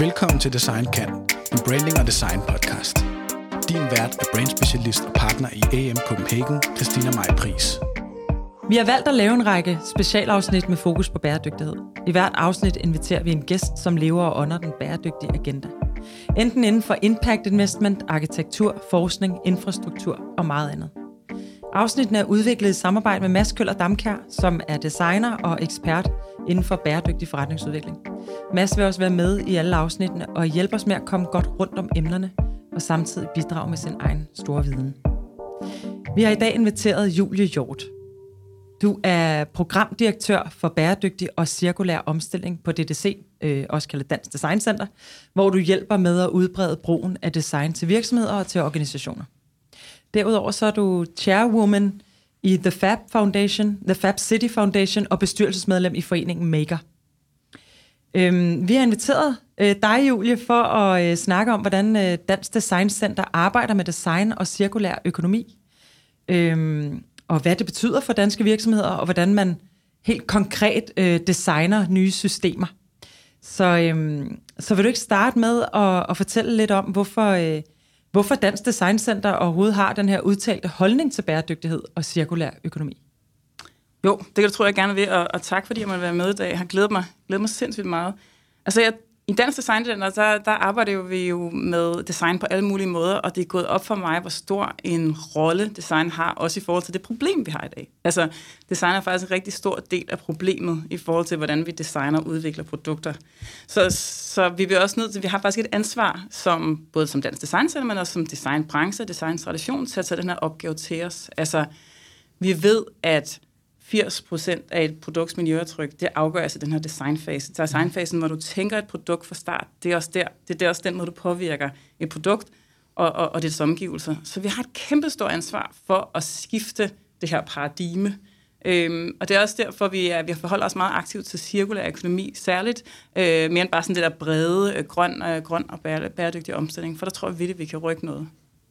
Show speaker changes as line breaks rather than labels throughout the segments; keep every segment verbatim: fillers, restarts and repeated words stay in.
Velkommen til Design Kan, en branding og design podcast. Din vært er brandspecialist og partner i A M Copenhagen, Christina Maj Pris.
Vi har valgt at lave en række specialafsnit med fokus på bæredygtighed. I hvert afsnit inviterer vi en gæst, som lever og ånder den bæredygtige agenda. Enten inden for impact investment, arkitektur, forskning, infrastruktur og meget andet. Afsnittene er udviklet i samarbejde med Mads Køller Damkjær, som er designer og ekspert inden for bæredygtig forretningsudvikling. Mads vil også være med i alle afsnittene og hjælpe os med at komme godt rundt om emnerne og samtidig bidrage med sin egen store viden. Vi har i dag inviteret Julie Hjort. Du er programdirektør for bæredygtig og cirkulær omstilling på D D C, øh, også kaldet Dansk Design Center, hvor du hjælper med at udbrede brugen af design til virksomheder og til organisationer. Derudover så er du chairwoman i The Fab Foundation, The Fab City Foundation og bestyrelsesmedlem i foreningen Maker. Øhm, vi har inviteret øh, dig, Julie, for at øh, snakke om, hvordan øh, Dansk Design Center arbejder med design og cirkulær økonomi. Øhm, og hvad det betyder for danske virksomheder, og hvordan man helt konkret øh, designer nye systemer. Så, øhm, så vil du ikke starte med at, at fortælle lidt om, hvorfor, øh, hvorfor Dansk Design Center overhovedet har den her udtalte holdning til bæredygtighed og cirkulær økonomi?
Jo, det kan du tro, jeg gerne vil, og, og tak fordi jeg måtte være med i dag. Jeg har glædet mig, glædet mig sindssygt meget. Altså, jeg, i Dansk Design Center, der, der arbejder vi jo med design på alle mulige måder, og det er gået op for mig, hvor stor en rolle design har, også i forhold til det problem, vi har i dag. Altså, design er faktisk en rigtig stor del af problemet, i forhold til, hvordan vi designer og udvikler produkter. Så, så vi vil også nødt til, vi har faktisk et ansvar, som, både som Dansk Design Center, men også som designbranche og designtradition, til at tage den her opgave til os. Altså, vi ved, at firs procent af et produkts miljøaftryk, det afgør altså den her designfase. Designfasen, hvor du tænker et produkt fra start, det er også der. Det er også den måde, du påvirker et produkt og, og, og dets omgivelser. Så vi har et kæmpe stort ansvar for at skifte det her paradigme. Øhm, og det er også derfor, vi, er, vi forholder os meget aktivt til cirkulær økonomi, særligt øh, mere end bare sådan det der brede, øh, grøn, øh, grøn og bæredygtig omstilling, for der tror jeg virkelig, vi kan rykke noget.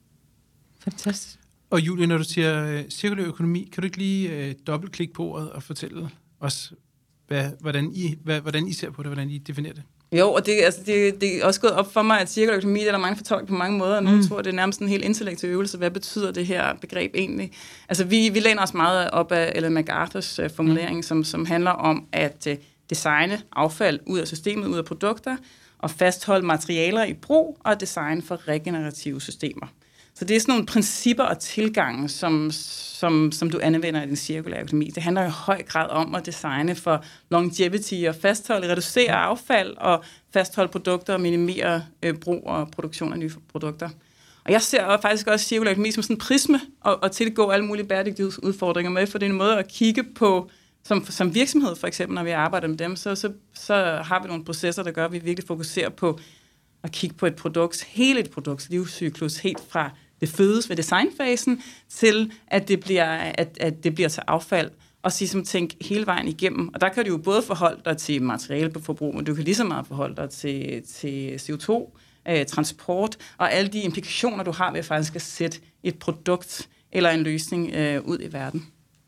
Fantastisk.
Og Julie, når du siger uh, cirkulær økonomi, kan du ikke lige uh, dobbeltklikke på ordet og fortælle os, hvad, hvordan, I, hvad, hvordan I ser på det, hvordan I definerer det?
Jo, og det, altså, det, det er også gået op for mig, at cirkulær økonomi, det er der mange fortolkninger på mange måder, og nogle mm. tror, det er nærmest en helt intellektuel øvelse. Hvad betyder det her begreb egentlig? Altså, vi, vi læner os meget op af Ellen MacArthurs uh, formulering, mm. som, som handler om at uh, designe affald ud af systemet, ud af produkter, og fastholde materialer i brug, og design for regenerative systemer. Så det er sådan nogle principper og tilgange, som, som, som du anvender i din cirkulære økonomi. Det handler i høj grad om at designe for longevity og fastholde, reducere affald og fastholde produkter og minimere øh, brug og produktion af nye produkter. Og jeg ser faktisk også cirkulær økonomi som sådan en prisme og, og tilgå alle mulige bæredygtighedsudfordringer med, for det er en måde at kigge på, som, som virksomhed for eksempel, når vi arbejder med dem, så, så, så har vi nogle processer, der gør, at vi virkelig fokuserer på at kigge på et produkts, hele et produkts livscyklus, helt fra det fødes ved designfasen, til at det bliver, at, at det bliver til affald, og så ligesom tænke hele vejen igennem. Og der kan du jo både forholde dig til materialeforbrug, men du kan lige så meget forholde dig til, til C O to, eh, transport, og alle de implikationer, du har ved faktisk at sætte et produkt eller en løsning eh, ud i verden.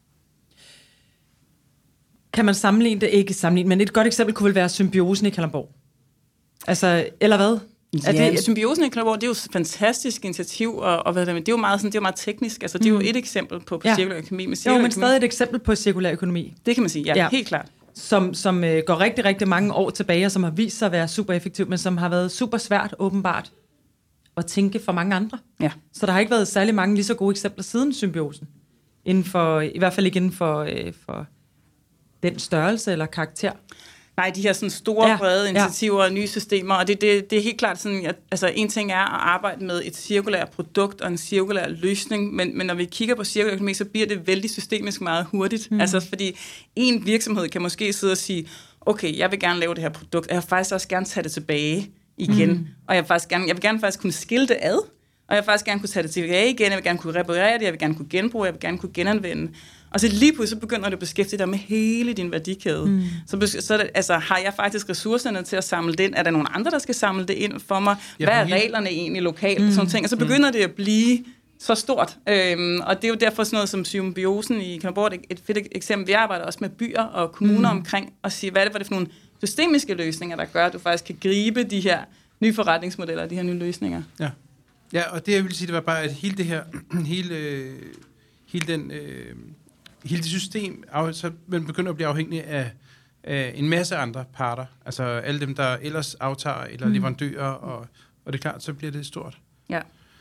Kan man sammenligne det? Ikke sammenligne, men et godt eksempel kunne vel være symbiosen i Kalundborg. Altså, eller hvad?
Ja, det, symbiosen i Kalundborg, det er jo et fantastisk initiativ, og, og hvad det, det er jo meget sådan, det er jo meget teknisk. Altså, det er jo et eksempel på, på ja. cirkulær økonomi. Med cirkulær
jo, men stadig et eksempel på cirkulær økonomi.
Det kan man sige, ja, ja. Helt klart.
Som, som øh, går rigtig, rigtig mange år tilbage, og som har vist sig at være super effektivt, men som har været super svært, åbenbart, at tænke for mange andre.
Ja.
Så der har ikke været særlig mange lige så gode eksempler siden symbiosen. Inden for, i hvert fald ikke inden for, øh, for den størrelse eller karakter.
Nej, de her sådan store, ja, brede initiativer ja. og nye systemer, og det, det, det er helt klart sådan, at altså, en ting er at arbejde med et cirkulært produkt og en cirkulær løsning, men, men når vi kigger på cirkulær økonomi, så bliver det vældig systemisk meget hurtigt. Mm. Altså, fordi en virksomhed kan måske sidde og sige, okay, jeg vil gerne lave det her produkt, og jeg vil faktisk også gerne tage det tilbage igen, mm. og jeg vil, faktisk gerne, jeg vil gerne faktisk kunne skille det ad, og jeg vil faktisk gerne kunne tage det tilbage igen, jeg vil gerne kunne reparere det, jeg vil gerne kunne genbruge, jeg vil gerne kunne genanvende. Og så lige pludselig så begynder du at beskæftige dig med hele din værdikæde. Mm. Så, så det, altså, har jeg faktisk ressourcerne til at samle det ind? Er der nogen andre, der skal samle det ind for mig? Hvad er reglerne egentlig lokalt? Mm. Sådan ting. Og så begynder mm. det at blive så stort. Øhm, og det er jo derfor sådan noget som symbiosen i Kalundborg, et fedt eksempel. Vi arbejder også med byer og kommuner mm. omkring og sige, hvad er det, hvad er det for nogle systemiske løsninger, der gør, at du faktisk kan gribe de her nye forretningsmodeller, de her nye løsninger.
Ja, ja, og det jeg vil sige, det var bare, at hele det her, hele, hele, den, øh, hele det system, så man begynder at blive afhængig af, af en masse andre parter. Altså alle dem, der ellers aftager, eller mm. leverandører, og, og det er klart, så bliver det stort.
Ja.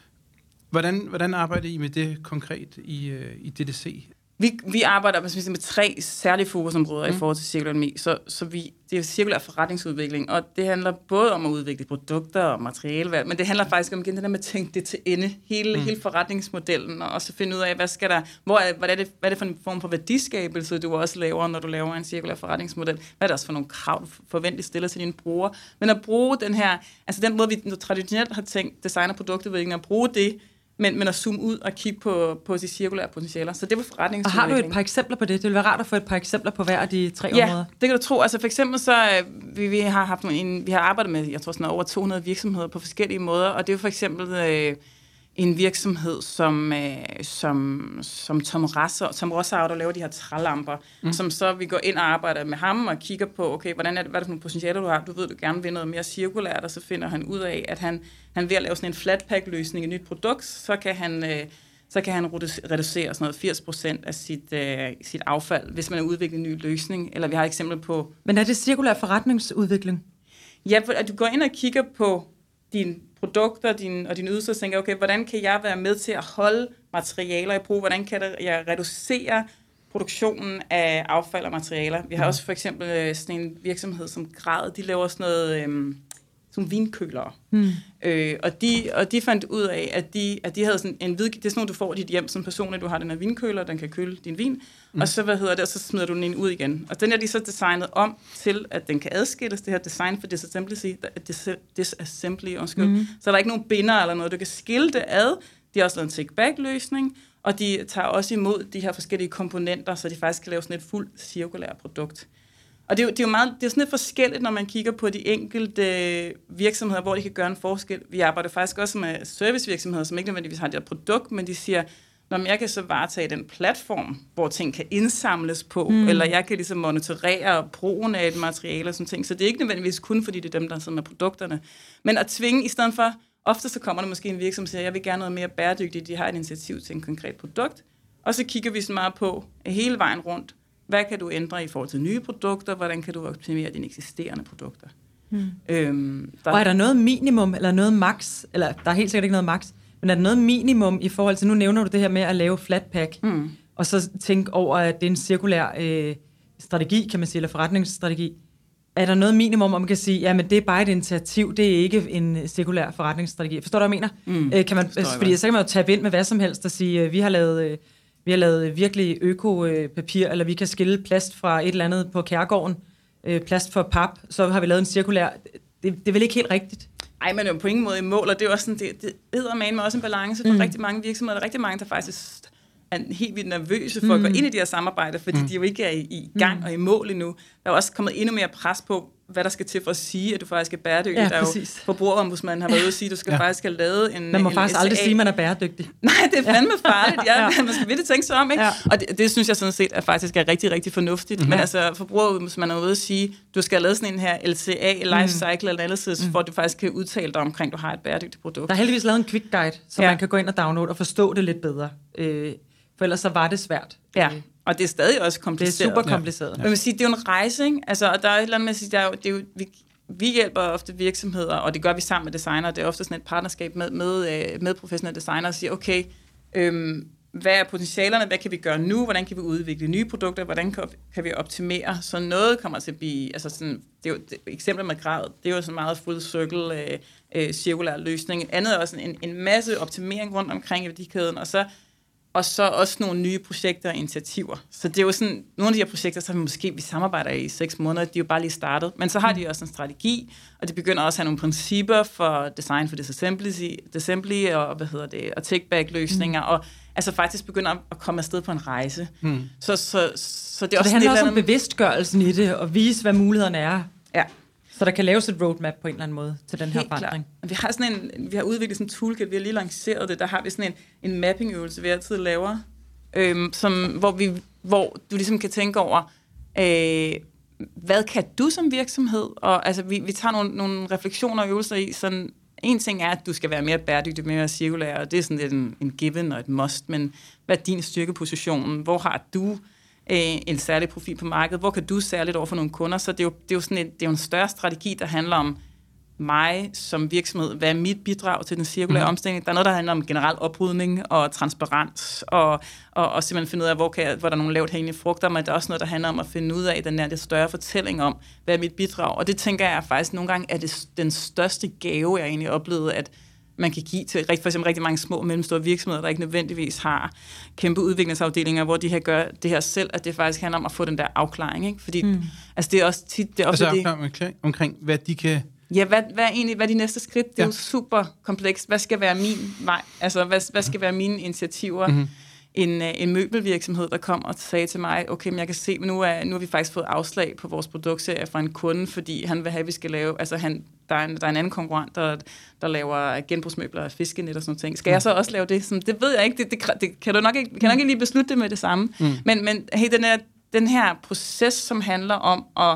Hvordan, hvordan arbejder I med det konkret i, i D D C?
Vi, vi arbejder med tre særlige fokusområder mm. i forhold til cirkulær økonomi. Så, så vi, det er cirkulær forretningsudvikling, og det handler både om at udvikle produkter og materialevalg, men det handler faktisk om igen det der med at tænke det til ende, hele, mm. hele forretningsmodellen, og også finde ud af, hvad skal der, hvor er, hvad, er det, hvad er det for en form for værdiskabelse, du også laver, når du laver en cirkulær forretningsmodel. Hvad er det også for nogle krav, du forventeligt stiller til dine brugere? Men at bruge den her, altså den måde, vi traditionelt har tænkt design- og produktudvikling, at bruge det, Men, men at zoome ud og kigge på, på de cirkulære potentialer. Så det var forretningsudvikling.
Og har du et par eksempler på det? Det ville være rart at få et par eksempler på hver af de tre
ja,
områder.
det kan du tro. Altså for eksempel så, vi, vi har haft en, vi har arbejdet med, jeg tror sådan over to hundrede virksomheder på forskellige måder, og det er jo for eksempel øh, en virksomhed som, øh, som, som Tom Rasser, Tom Rasser, der laver de her trælamper, mm. som så vi går ind og arbejder med ham og kigger på, okay, hvordan er det, hvad er det for nogle potentialer, du har? Du ved, du gerne vil noget mere cirkulært, og så finder han ud af, at han, han ved at lave sådan en flatpack-løsning, et nyt produkt, så kan han, øh, så kan han reducere sådan noget firs procent af sit, øh, sit affald, hvis man har udviklet en ny løsning. Eller vi har et eksempel på...
Men er det cirkulær forretningsudvikling?
Ja, at du går ind og kigger på dine produkter din, og dine ydelser, og tænker, okay, hvordan kan jeg være med til at holde materialer i brug? Hvordan kan jeg reducere produktionen af affald og materialer? Vi har også for eksempel sådan en virksomhed som Grad, de laver sådan noget... Øhm, som vinkølere. Mm. Øh, og, de, og de fandt ud af, at de, at de havde sådan en hvid... Det er sådan noget, du får i dit hjem som person, at du har den her vinkøler, den kan køle din vin, mm. og så, hvad hedder det, og så smider du den ind ud igen. Og den er de så designet om til, at den kan adskilles, det her design for disassembly, disassembly undskyld. Mm. Så der er ikke nogen binder eller noget, du kan skille det ad. De har også lavet en take-back-løsning, og de tager også imod de her forskellige komponenter, så de faktisk kan lave sådan et fuldt cirkulært produkt. Og det er, jo, det, er jo meget, det er sådan lidt forskelligt, når man kigger på de enkelte virksomheder, hvor de kan gøre en forskel. Vi arbejder faktisk også med servicevirksomheder, som ikke nødvendigvis har det her produkt, men de siger, når jeg kan så varetage den platform, hvor ting kan indsamles på, mm. eller jeg kan ligesom monitorere brugen af et materiale og sådan ting. Så det er ikke nødvendigvis kun, fordi det er dem, der sidder med produkterne. Men at tvinge i stedet for, ofte så kommer der måske en virksomhed, og siger, jeg vil gerne noget mere bæredygtigt, de har et initiativ til en konkret produkt. Og så kigger vi så meget på hele vejen rundt, hvad kan du ændre i forhold til nye produkter? Hvordan kan du optimere dine eksisterende produkter? Mm. Øhm,
der... Og er der noget minimum, eller noget max? Eller der er helt sikkert ikke noget max, men er der noget minimum i forhold til, nu nævner du det her med at lave flatpack, mm. og så tænke over, at det er en cirkulær øh, strategi, kan man sige, eller forretningsstrategi. Er der noget minimum, om man kan sige, jamen det er bare et initiativ, det er ikke en cirkulær forretningsstrategi? Forstår du, hvad jeg mener? Mm. Øh, kan man, fordi så kan man jo tabe ind med hvad som helst og sige, øh, vi har lavet... Øh, Vi har lavet virkelig økopapir, eller vi kan skille plast fra et eller andet på Kærgården, øh, plast for pap, så har vi lavet en cirkulær. Det, det er vel ikke helt rigtigt?
Nej, men jo på ingen måde i mål, og det er også sådan, det, det eddermame med også en balance for mm. rigtig mange virksomheder. Der er rigtig mange, der faktisk er helt vildt nervøse for mm. at gå ind i de her samarbejder, fordi mm. de jo ikke er i, i gang mm. og i mål endnu. Der er også kommet endnu mere pres på, hvad der skal til for at sige, at du faktisk er bæredygtig.
Ja,
der er jo forbrugerombudsmanden har været ude at sige, at du skal ja. faktisk have lavet en
Man må
en
faktisk
S A.
aldrig sige, at man er bæredygtig.
Nej, det er fandme farligt. Ja, ja. Man skal virkelig tænke sig om, ikke? Ja. Og det, det synes jeg sådan set er faktisk er rigtig, rigtig fornuftigt. Mm-hmm. Men altså, forbrugerombudsmanden er ude at sige, at du skal have lavet sådan en her L C A, Life Cycle Analysis, mm. for at du faktisk kan udtale dig omkring, at du har et bæredygtigt produkt.
Der er heldigvis lavet en quick guide, så ja. man kan gå ind og downloade og forstå det lidt bedre. Øh, for ellers så var det svært.
Ja. Og det er stadig også kompliceret.
Det er super kompliceret.
Ja. Ja. Sige, det er jo en rejse, ikke? Altså, og der er et eller andet med at sige, der er jo, det er jo, vi, vi hjælper ofte virksomheder, og det gør vi sammen med designere. Det er ofte sådan et partnerskab med, med, med professionelle designere, og siger, okay, øhm, hvad er potentialerne? Hvad kan vi gøre nu? Hvordan kan vi udvikle nye produkter? Hvordan kan, kan vi optimere? Så noget kommer til at blive, altså sådan, det er jo det, eksemplet med Grad, det er jo sådan meget full circle, øh, øh, cirkulær løsning. Andet er også en, en masse optimering rundt omkring i værdikæden, og så Og så også nogle nye projekter og initiativer. Så det er jo sådan, nogle af de her projekter, så vi måske vi samarbejder i seks måneder, de er jo bare lige startet. Men så har de også en strategi, og de begynder også at have nogle principper for design for disassembly, disassembly og, hvad hedder det, og take-back-løsninger, mm. og altså faktisk begynder at komme afsted på en rejse. Mm. Så, så, så det er
så
også
det handler også om
andet...
bevidstgørelsen i det, og vise, hvad mulighederne er.
Ja.
Så der kan laves et roadmap på en eller anden måde til den her forandring.
Vi har sådan en, vi har udviklet sådan en toolkit, vi har lige lanceret det, der har vi sådan en, en mapping-øvelse, vi altid laver, øhm, som, hvor, vi, hvor du ligesom kan tænke over, øh, hvad kan du som virksomhed? Og altså, vi, vi tager nogle, nogle refleksioner og øvelser i, sådan, en ting er, at du skal være mere bæredygtig, mere cirkulær, og det er sådan lidt en, en given og et must, men hvad er din styrkeposition? Hvor har du øh, en særlig profil på markedet? Hvor kan du særligt over for nogle kunder? Så det er jo, det er jo, sådan en, det er jo en større strategi, der handler om mig som virksomhed. Hvad er mit bidrag til den cirkulære mm. omstilling? Der er noget, der handler om generel oprydning og transparens, og, og, og simpelthen finde ud af, hvor, kan jeg, hvor der er nogle lavt hængende frugter, men der er også noget, der handler om at finde ud af den der lidt større fortælling om, hvad er mit bidrag? Og det tænker jeg faktisk nogle gange er det den største gave, jeg egentlig oplevede, at man kan give til for eksempel rigtig mange små og mellemstore virksomheder, der ikke nødvendigvis har kæmpe udviklingsafdelinger, hvor de her gør det her selv, at det faktisk handler om at få den der afklaring, ikke? Fordi mm. altså det er også tit... Det er også
altså afklaring omkring, omkring, hvad de kan...
Ja, hvad, hvad er egentlig hvad er de næste skridt? Det er ja. jo super komplekst. Hvad skal være min vej? Altså, hvad, hvad skal være mine initiativer? Mm-hmm. En, en møbelvirksomhed, der kom og sagde til mig, okay, men jeg kan se, men nu, er, nu har vi faktisk fået afslag på vores produktserie fra en kunde, fordi han vil have, at vi skal lave, altså han, der, er en, der er en anden konkurrent, der, der laver genbrugsmøbler og fiskenet og sådan noget ting. Skal jeg så også lave det? Sådan, det ved jeg ikke. Det, det, det kan du nok ikke, kan nok ikke lige beslutte det med det samme. Mm. Men, men hey, den, her, den her proces, som handler om at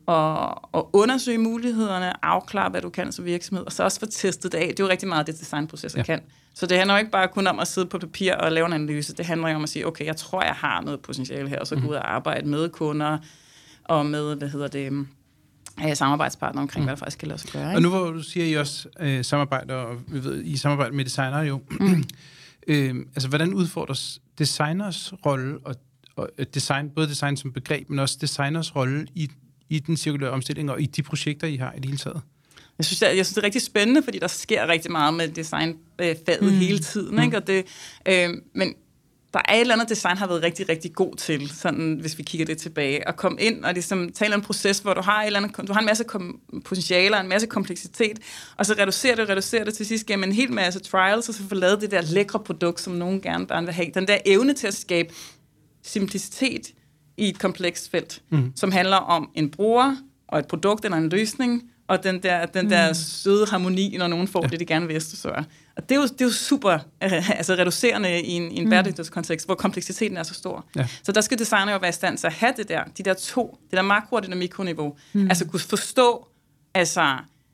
Og, og undersøge mulighederne, afklare, hvad du kan som virksomhed, og så også få testet det af. Det er jo rigtig meget, det designprocesser ja. kan. Så det handler jo ikke bare kun om at sidde på papir og lave en analyse. Det handler jo om at sige, okay, jeg tror, jeg har noget potentiale her, og så gå ud og arbejde med kunder, og med, hvad hedder det, samarbejdspartnere omkring, mm. hvad der faktisk kan lade sig gøre. Ikke?
Og nu hvor du siger, I også øh, samarbejder, og vi ved, I samarbejder med designere jo. Mm. øh, altså, hvordan udfordres designers rolle, og, og design, både design som begreb, men også designers rolle i i den cirkulære omstilling og i de projekter, I har i det hele taget?
Jeg synes, jeg, jeg synes det er rigtig spændende, fordi der sker rigtig meget med designfaget mm. hele tiden. Ikke? Og det, øh, men der er et eller andet, design har været rigtig, rigtig god til, sådan, hvis vi kigger det tilbage, at komme ind og ligesom tale om en proces, hvor du har, et eller andet, du har en masse kom- potentialer, en masse kompleksitet, og så reducerer det, reducerer det til sidst gennem en hel masse trials, og så få lavet det der lækre produkt, som nogen gerne bare vil have. Den der evne til at skabe simplicitet i et komplekst felt, mm. som handler om en bruger og et produkt eller en løsning, og den der, den mm. der søde harmoni, når nogen får ja. det, de gerne vil. Så. Og det er jo, det er jo super øh, altså reducerende i en, i en mm. bæredygtighedskontekst, hvor kompleksiteten er så stor. Ja. Så der skal designer jo være i stand til at have det der, de der to, det der makro- og det der mikroniveau. Mm. Altså kunne forstå, altså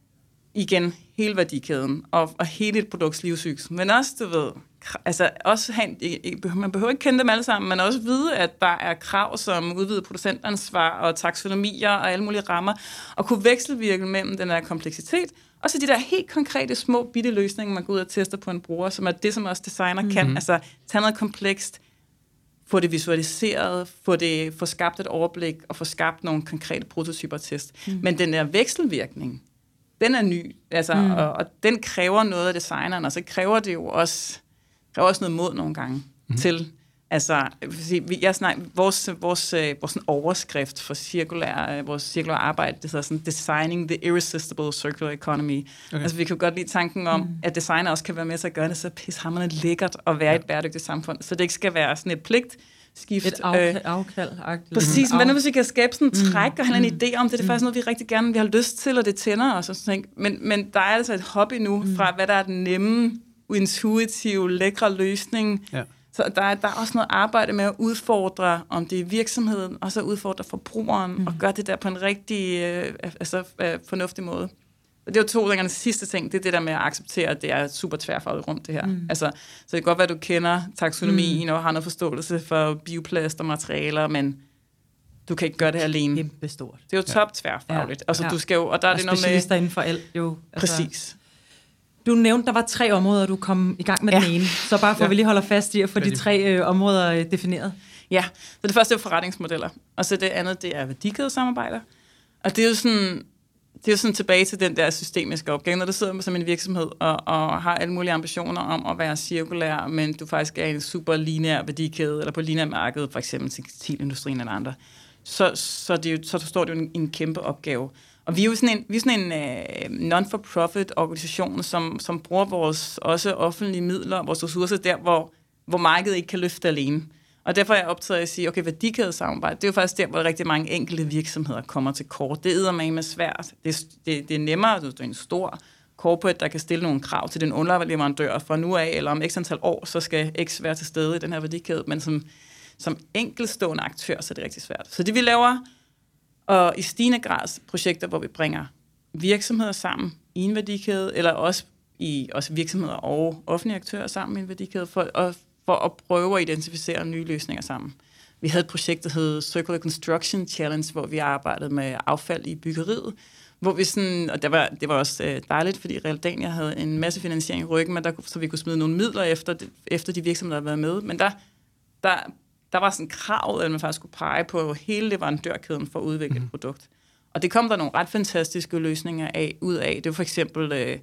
igen, hele værdikæden og, og hele et produkts livscyklus. Men også, du ved, altså også have, man behøver ikke kende dem alle sammen, men også vide, at der er krav som udvidet producentansvar og taksonomier og alle mulige rammer, og kunne vekselvirke mellem den der kompleksitet, og så de der helt konkrete små bitte løsninger, man går ud og tester på en bruger, som er det, som også designer mm-hmm. kan. Altså tage noget komplekst, få det visualiseret, få, det, få skabt et overblik og få skabt nogle konkrete prototyper test. Mm. Men den der vekselvirkning, den er ny, altså, mm. og, og den kræver noget af designeren, og så kræver det jo også, kræver også noget mod nogle gange mm. til, altså, jeg snakker, vores, vores, vores overskrift for cirkulær, vores cirkulære arbejde, det hedder sådan, Designing the Irresistible Circular Economy. Okay. Altså, vi kan godt lide tanken om, mm. at designer også kan være med til at gøre det så pishamrende lækkert at være ja. et bæredygtigt samfund, så det ikke skal være sådan et pligt, skift.
Et afkald, afkald
Præcis, men nu hvis vi kan skabe sådan en træk og have en idé om det, det er faktisk noget, vi rigtig gerne vi har lyst til, og det tænder os og sådan ting. Men, men der er altså et hop endnu mm. fra, hvad der er den nemme, intuitive, lækre løsning. Ja. Så der er, der er også noget arbejde med at udfordre, om det er virksomheden, og så udfordre forbrugeren, mm. og gøre det der på en rigtig øh, altså, øh, fornuftig måde. Og det er jo to ringerne sidste ting, det er det der med at acceptere, at det er et super tværfagligt rum, det her. Mm. Altså, så det kan godt være, at du kender taksonomien mm. og har noget forståelse for bioplast og materialer, men du kan ikke gøre det alene.
Kæmpe stort.
Det er jo top tværfagligt. Ja. Altså,
ja.
du skal jo, og der er
og
det noget med...
specialister inden for alt, jo. Altså,
præcis.
Du nævnte, der var tre områder, du kom i gang med ja. den ene. Så bare for ja. at vi lige holder fast i at få de tre øh, områder øh, defineret.
Ja, så det første er forretningsmodeller, og så det andet, det er værdikædesamarbejder. Og det er jo sådan... Det er jo sådan tilbage til den der systemiske opgave, når du sidder som en virksomhed og, og har alle mulige ambitioner om at være cirkulær, men du faktisk er i en super lineær værdikæde, eller på lineær marked, for eksempel tekstilindustrien eller andre, så, så, det er jo, så står det jo en, en kæmpe opgave. Og vi er jo sådan en, vi er sådan en uh, non-for-profit organisation, som, som bruger vores også offentlige midler, vores ressourcer der, hvor, hvor markedet ikke kan løfte alene. Og derfor er jeg optaget af at sige, okay, værdikædesamarbejde, det er jo faktisk der, hvor rigtig mange enkelte virksomheder kommer til kort. Det er eddermame svært. Det er, det, det er nemmere, at du er en stor corporate, der kan stille nogle krav til den underleverandør fra nu af, eller om x antal år, så skal X være til stede i den her værdikæde. Men som, som enkeltstående aktør, så er det rigtig svært. Så det vi laver, Og i stigende grad projekter, hvor vi bringer virksomheder sammen i en værdikæde, eller også, i, også virksomheder og offentlige aktører sammen i en værdikæde, for, og, for at prøve at identificere nye løsninger sammen. Vi havde et projekt, der hed Circular Construction Challenge, hvor vi arbejdede med affald i byggeriet, hvor vi sådan, og det var, det var også dejligt, fordi Realdania havde en masse finansiering i ryggen, men der, så vi kunne smide nogle midler efter, efter de virksomheder, der havde været med. Men der, der, der var sådan kravet, at man faktisk skulle pege på hele leverandørkæden for at udvikle mm. et produkt. Og det kom der nogle ret fantastiske løsninger af, ud af. Det var for eksempel øh,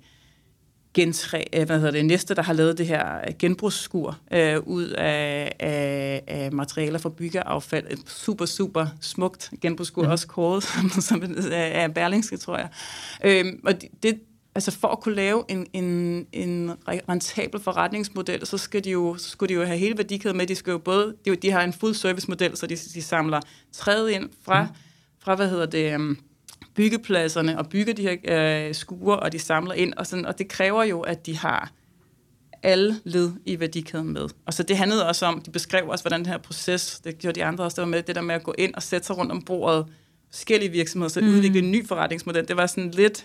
Gentræ, hvad hedder det, næste, der har lavet det her genbrugsskur øh, ud af, af, af materialer fra byggeaffald. Et super, super smukt genbrugsskur, mm. også kåret som af Berlingske, tror jeg. Øhm, og det, altså for at kunne lave en, en, en rentabel forretningsmodel, så, skal de jo, så skulle de jo have hele værdikæden med. De skal jo både, de, de har en full service model, så de, de samler træet ind fra, mm. fra hvad hedder det, um, byggepladserne og bygger de her øh, skure, og de samler ind, og, sådan, og det kræver jo, at de har alle led i værdikæden med. Og så det handlede også om, de beskrev også, hvordan den her proces, det gjorde de andre også, der var med, det der med at gå ind og sætte sig rundt om bordet, forskellige virksomheder, så mm. udvikle en ny forretningsmodel. Det var sådan lidt,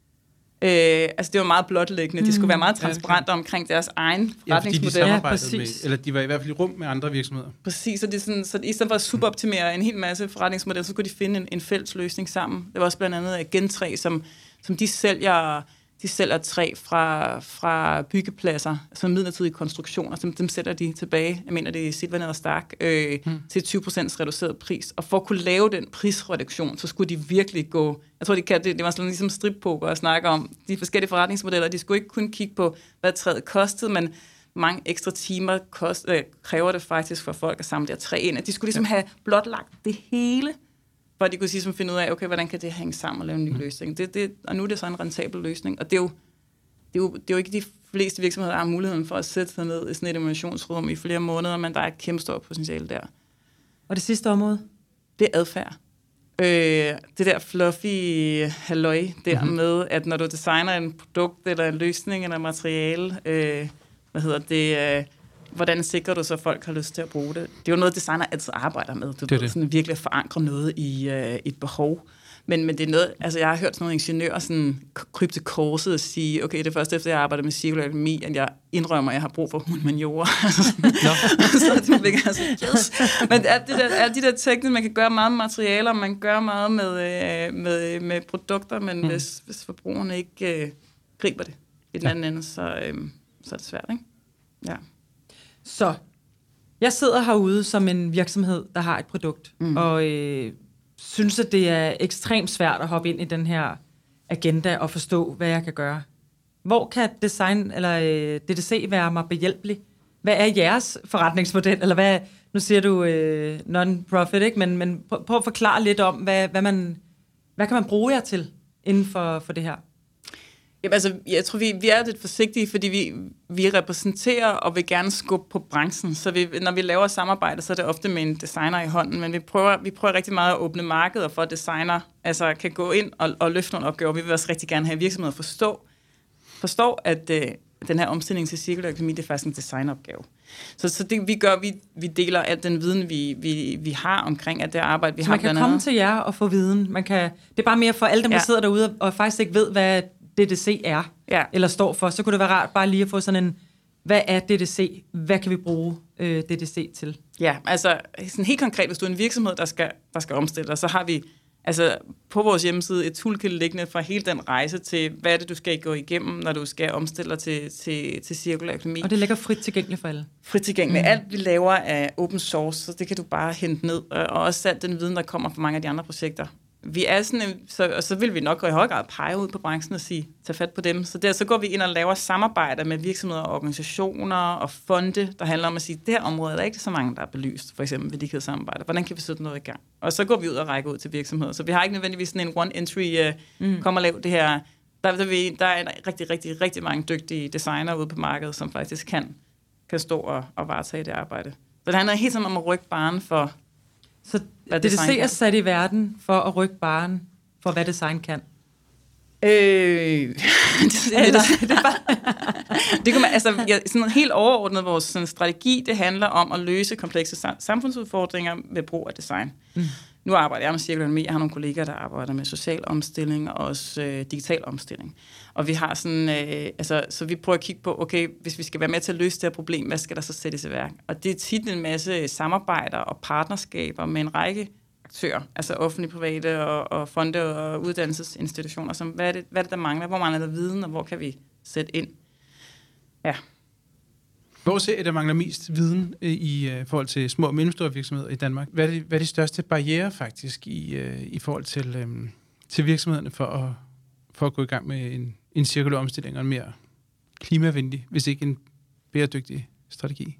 øh, altså det var meget blotlæggende. Mm. De skulle være meget transparente ja, omkring deres egen forretningsmodel.
Ja, fordi de samarbejdede med, eller de var i hvert fald i rum med andre virksomheder.
Præcis, så, det er sådan, så i stedet for at superoptimere en hel masse forretningsmodeller, så skulle de finde en, en fælles løsning sammen. Det var også blandt andet Gentræ, som, som de sælger... De sælger træ fra, fra byggepladser, som midlertidige konstruktioner, som dem sætter de tilbage, jeg mener det er Silvanet og Stark, øh, hmm. til tyve procent reduceret pris. Og for at kunne lave den prisreduktion, så skulle de virkelig gå, jeg tror de kan, det, det var sådan ligesom strippoker at snakke om, de forskellige forretningsmodeller, de skulle ikke kun kigge på, hvad træet kostede, men mange ekstra timer kost, øh, kræver det faktisk for folk at samle der træ ind. At de skulle ligesom ja. have blotlagt det hele, hvor de kunne ligesom finde ud af, okay, hvordan kan det hænge sammen og lave en ny mm. løsning. Det, det, og nu er det så en rentabel løsning. Og det er, jo, det, er jo, det er jo ikke de fleste virksomheder, der har muligheden for at sætte sig ned i sådan et innovationsrum i flere måneder, men der er et kæmpe stort potentiale der.
Og det sidste område?
Det er adfærd. Øh, det der fluffy halløj der mm-hmm. med, at når du designer en produkt, eller en løsning, eller materiale, øh, hvad hedder det... Øh, hvordan sikrer du så, at folk har lyst til at bruge det? Det er jo noget, designer altid arbejder med. Du
det
ved,
det.
Sådan virkelig at forankre noget i øh, et behov. Men, men det er noget, altså jeg har hørt sådan nogle ingeniører sådan krybe til korset og sige, okay, det er først efter, jeg arbejder med cirkulær økonomi, at jeg indrømmer, at jeg har brug for humaniorer. så det bliver altså, yes. Men er de der, er de der teknikker, man kan gøre meget med materialer, man kan gøre meget med, øh, med, med produkter, men mm. hvis, hvis forbrugerne ikke øh, griber det i den ja. anden ende, så, øh, så er det svært, ikke? Ja.
Så, jeg sidder herude som en virksomhed, der har et produkt, mm. og øh, synes, at det er ekstremt svært at hoppe ind i den her agenda og forstå, hvad jeg kan gøre. Hvor kan design eller øh, D D C være mig behjælpelig? Hvad er jeres forretningsmodel? Eller hvad, nu siger du øh, non-profit, ikke? Men, men prøv, prøv at forklare lidt om, hvad, hvad, man, hvad kan man bruge jer til inden for, for det her?
Jamen, altså, jeg tror, vi, vi er lidt forsigtige, fordi vi, vi repræsenterer og vil gerne skubbe på branchen. Så vi, når vi laver samarbejde, så er det ofte med en designer i hånden, men vi prøver, vi prøver rigtig meget at åbne markeder for, at designer altså, kan gå ind og, og løfte nogle opgaver. Vi vil også rigtig gerne have virksomheder forstå, forstå at øh, den her omstilling til cirkulær økonomi, det er faktisk en designopgave. Så, så det vi gør, vi, vi deler al den viden, vi, vi, vi har omkring at det arbejde, vi
så
har.
Så man kan komme til jer og få viden. Man kan, det er bare mere for alle dem, der ja. sidder derude og faktisk ikke ved, hvad D D C er, ja. eller står for, så kunne det være rart bare lige at få sådan en, hvad er D D C? Hvad kan vi bruge øh, D D C til?
Ja, altså sådan helt konkret, hvis du er en virksomhed, der skal, der skal omstille dig, så har vi altså på vores hjemmeside et toolkit liggende fra hele den rejse til, hvad er det, du skal gå igennem, når du skal omstille dig til, til, til cirkulær økonomi.
Og det ligger frit tilgængeligt for alle?
Frit tilgængeligt. Mm. Alt vi laver er open source, så det kan du bare hente ned, og også alt den viden, der kommer fra mange af de andre projekter. Vi er sådan en, så, og så vil vi nok i høj grad pege ud på branchen og sige, tag fat på dem. Så der så går vi ind og laver samarbejder med virksomheder og organisationer og fonde, der handler om at sige, det her område er der ikke så mange, der er belyst, for eksempel værdikædesamarbejder. Hvordan kan vi sætte noget i gang? Og så går vi ud og rækker ud til virksomheder. Så vi har ikke nødvendigvis sådan en one-entry, uh, mm. kom og lav det her. Der, der, vi, der er rigtig, rigtig, rigtig mange dygtige designere ude på markedet, som faktisk kan, kan stå og, og varetage det arbejde. Så det handler helt sådan om at rykke barren for...
Så D D C er sat i verden for at rykke barren for, hvad design kan?
Øh, det, Eller, det, det, bare, det kunne man, altså, ja, sådan helt overordnet vores sådan, strategi, det handler om at løse komplekse samfundsudfordringer med brug af design. Mm. nu arbejder jeg med cirkulær økonomi, jeg har nogle kollegaer, der arbejder med social omstilling og også øh, digital omstilling. Og vi har sådan, øh, altså, så vi prøver at kigge på, okay, hvis vi skal være med til at løse det her problem, hvad skal der så sættes i værk? Og det er tit en masse samarbejder og partnerskaber med en række aktører, altså offentlige, private og, og fonde og uddannelsesinstitutioner, som hvad er, det, hvad er det, der mangler? Hvor mangler der viden, og hvor kan vi sætte ind? Ja.
Hvor ser I, der mangler mest viden i uh, forhold til små og mellemstore virksomheder i Danmark? Hvad er de, hvad er de største barrierer faktisk i, uh, i forhold til, um, til virksomhederne for at, for at gå i gang med en, en cirkulær omstilling og en mere klimavenlig, hvis ikke en bæredygtig strategi?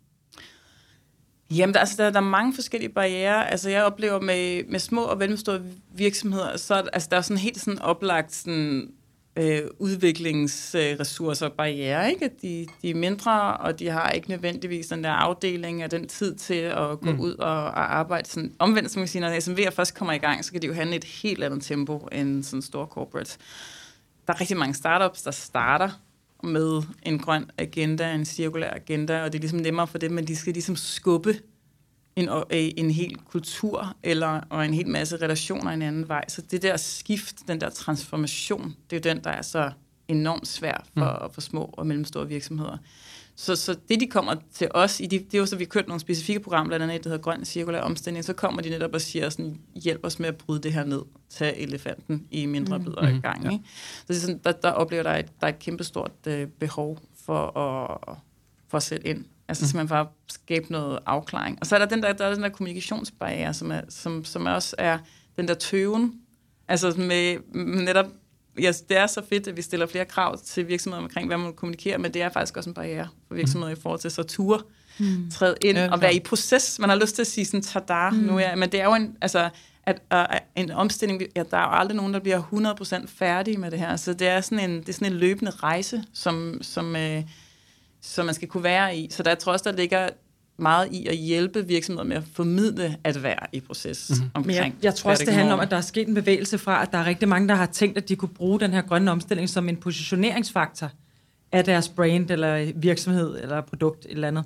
Jamen, der, altså, der, der er mange forskellige barrierer. Altså, jeg oplever med, med små og mellemstore virksomheder, så altså, der er sådan helt sådan oplagt sådan, øh, udviklingsressourcer og barrierer, ikke? De, de er mindre, og de har ikke nødvendigvis den der afdeling og den tid til at gå mm. ud og, og arbejde. Sådan, omvendt, som jeg siger, når S M V'er først kommer i gang, så kan de jo handle et helt andet tempo end sådan store corporates. Der er rigtig mange startups, der starter med en grøn agenda, en cirkulær agenda, og det er ligesom nemmere for dem, men de skal ligesom skubbe en, en hel kultur eller, og en hel masse relationer en anden vej. Så det der skift, den der transformation, det er jo den, der er så enormt svær for, mm. for små og mellemstore virksomheder. Så, så det, de kommer til os i, det er jo så, vi har kørt nogle specifikke programmer, blandt andet, der hedder Grøn Cirkulær Omstilling, så kommer de netop og siger sådan, hjælp os med at bryde det her ned, tage elefanten i mindre bidder mm. i gang. Ja. Ikke? Så det er sådan, der, der oplever der et, der er et kæmpestort øh, behov for at, for at sætte ind. Altså mm. simpelthen bare skabe noget afklaring. Og så er der den der, der, er den der kommunikationsbarriere, som, er, som, som også er den der tøven, altså med, med netop. Ja, det er så fedt, at vi stiller flere krav til virksomheder omkring, hvad man kommunikerer, men det er faktisk også en barriere for virksomheder mm. i forhold til så ture, mm. træde ind ja, og være i proces. Man har lyst til at sige sådan, tada, mm. nu er, men det er jo en, altså, at, at, en omstilling, ja, der er jo aldrig nogen, der bliver hundrede procent færdige med det her, så det er sådan en, det er sådan en løbende rejse, som, som, øh, som man skal kunne være i. Så der tror også, der ligger meget i at hjælpe virksomheder med at formidle at være i proces mm-hmm. omkring.
Jeg, jeg tror også, det handler om, at der er sket en bevægelse fra, at der er rigtig mange, der har tænkt, at de kunne bruge den her grønne omstilling som en positioneringsfaktor af deres brand, eller virksomhed, eller produkt, et eller andet.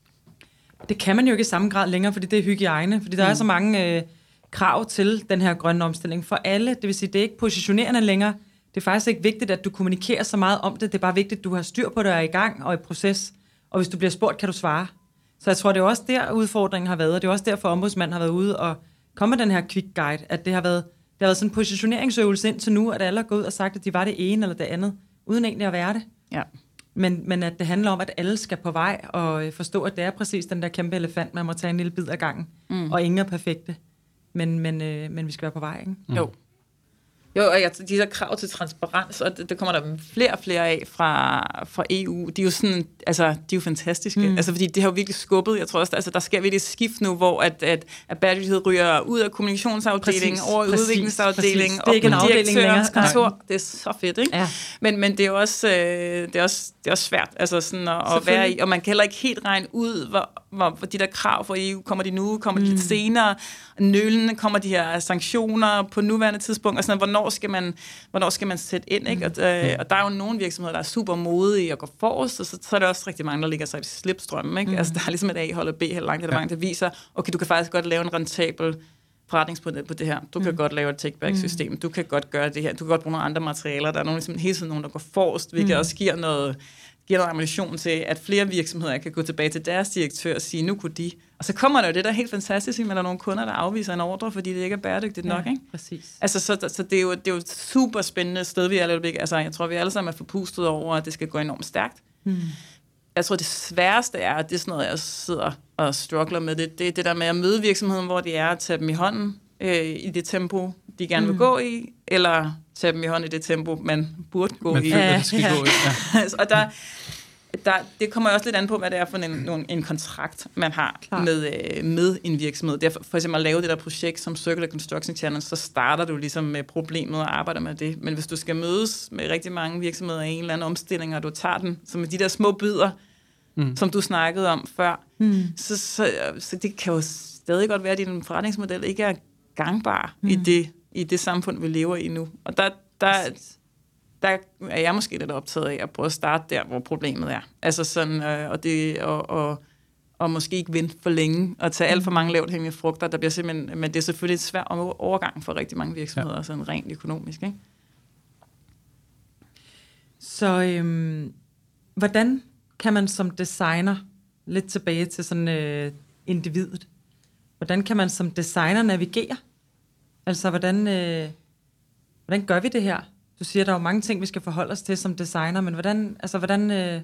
Det kan man jo ikke i samme grad længere, fordi det er hygiejne, fordi der mm. er så mange øh, krav til den her grønne omstilling for alle. Det vil sige, det er ikke positionerende længere. Det er faktisk ikke vigtigt, at du kommunikerer så meget om det. Det er bare vigtigt, at du har styr på det og er i gang og i proces. Og hvis du bliver spurgt, kan du svare. Så jeg tror, det er også der, udfordringen har været, og det er også derfor, ombudsmanden har været ude og komme med den her quick guide, at det har været, det har været sådan en positioneringsøvelse indtil nu, at alle har gået ud og sagt, at de var det ene eller det andet, uden egentlig at være det.
Ja.
Men, men at det handler om, at alle skal på vej og forstå, at det er præcis den der kæmpe elefant, man må tage en lille bid af gangen, mm. og ingen er perfekte, men, men, øh, men vi skal være på vej, ikke?
Mm. Jo. Jo, og de der krav til transparens, og det, det kommer der flere og flere af fra, fra E U, de er jo sådan, altså, de er jo fantastiske, mm. altså, fordi det har jo virkelig skubbet, jeg tror også, altså, der sker virkelig et skift nu, hvor at, at, at bæredygtighed ryger ud af kommunikationsafdelingen, præcis, over i udviklingsafdelingen, og på direktørens kontor. Nej. Det er så fedt, ikke? Ja. Men, men det er jo også, øh, det er også, det er også svært, altså sådan at, at være i, og man kan heller ikke helt regne ud, hvor, hvor, hvor de der krav fra E U, kommer de nu, kommer de mm. lidt senere, nølende, kommer de her sanktioner på nuværende tidspunkt, og sådan, hvornår skal man, hvornår skal man sætte ind, ikke? Og, øh, og der er jo nogle virksomheder, der er super modige at gå forrest, og så, så er der også rigtig mange, der ligger sig i slipstrømmen, ikke? Mm. Altså, der er ligesom et A-hold og B-hold langt, der, ja. der viser, okay, du kan faktisk godt lave en rentabel forretningsmodel på det her. Du kan mm. godt lave et take-back-system. Mm. Du kan godt gøre det her. Du kan godt bruge nogle andre materialer. Der er nogle, ligesom, hele tiden nogen, der går forrest, hvilket mm. også giver noget, giver noget ammunition til, at flere virksomheder kan gå tilbage til deres direktør og sige, nu kunne de. Og så kommer der jo det, der er helt fantastisk, men der er nogle kunder, der afviser en ordre, fordi det ikke er bæredygtigt nok, ja, ikke?
Præcis.
Altså, så, så det, er jo, det er jo et super spændende sted, vi er lidt. Altså, jeg tror, vi alle sammen er forpustet over, at det skal gå enormt stærkt. Mm. Jeg tror, det sværeste er, at det er sådan noget, jeg sidder og struggler med, det, det er det der med at møde virksomheden, hvor de er, at tage dem i hånden øh, i det tempo, de gerne vil mm. gå i, eller tage dem i hånden i det tempo, man burde gå
man
i.
Man føler, ja, det skal ja. gå i. Ja.
Og der, der, det kommer også lidt an på, hvad det er for en, en kontrakt, man har med, øh, med en virksomhed. Derfor for eksempel at lave det der projekt som Circular Construction Challenge, så starter du ligesom med problemet og arbejder med det. Men hvis du skal mødes med rigtig mange virksomheder i en eller anden omstilling, og du tager den som de der små bidder, mm. som du snakkede om før, mm. så, så, så det kan jo stadig godt være, at din forretningsmodel ikke er gangbar mm. i, det, i det samfund, vi lever i nu. Og der, der, der er jeg måske lidt optaget af at prøve at starte der, hvor problemet er. Altså sådan, øh, og, det, og, og, og måske ikke vente for længe, og tage alt for mange lavt hængende frugter. Der bliver simpelthen, men det er selvfølgelig et svært overgang for rigtig mange virksomheder, ja. Sådan rent økonomisk, ikke?
Så øhm, hvordan kan man som designer, lidt tilbage til sådan øh, individet, hvordan kan man som designer navigere? Altså, hvordan, øh, hvordan gør vi det her? Du siger, der er jo mange ting, vi skal forholde os til som designer, men hvordan, altså, hvordan, øh,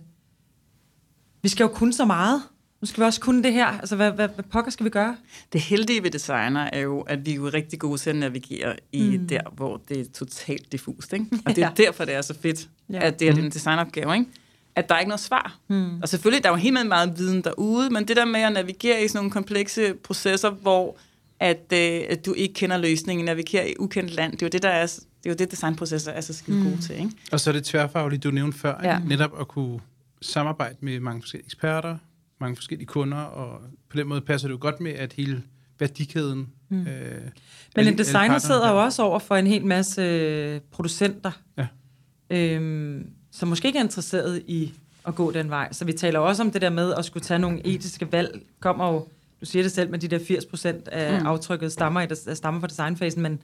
vi skal jo kunne så meget. Nu skal vi også kunne det her. Altså, hvad, hvad, hvad pokker skal vi gøre?
Det heldige ved designer er jo, at vi er jo rigtig gode til at navigere i mm. der, hvor det er totalt diffust, ikke? Og det er ja. derfor, det er så fedt, ja. at det er en designopgave, ikke? At der er ikke noget svar. Mm. Og selvfølgelig, der er jo helt meget viden derude, men det der med at navigere i sådan nogle komplekse processer, hvor at, øh, at du ikke kender løsningen, navigere i ukendt land, det er jo det, der er, det er jo det, designprocesser er så skide mm. gode til, ikke?
Og så er det tværfagligt, du nævnte før, ja. netop at kunne samarbejde med mange forskellige eksperter, mange forskellige kunder, og på den måde passer det jo godt med, at hele værdikæden... Mm. Øh,
Men en designer sidder jo også over for en hel masse øh, producenter, ja. øhm, som måske ikke er interesseret i at gå den vej. Så vi taler også om det der med at skulle tage nogle etiske valg. Kommer jo, du siger det selv, med de der firs procent af mm. aftrykket stammer, i, stammer fra designfasen, men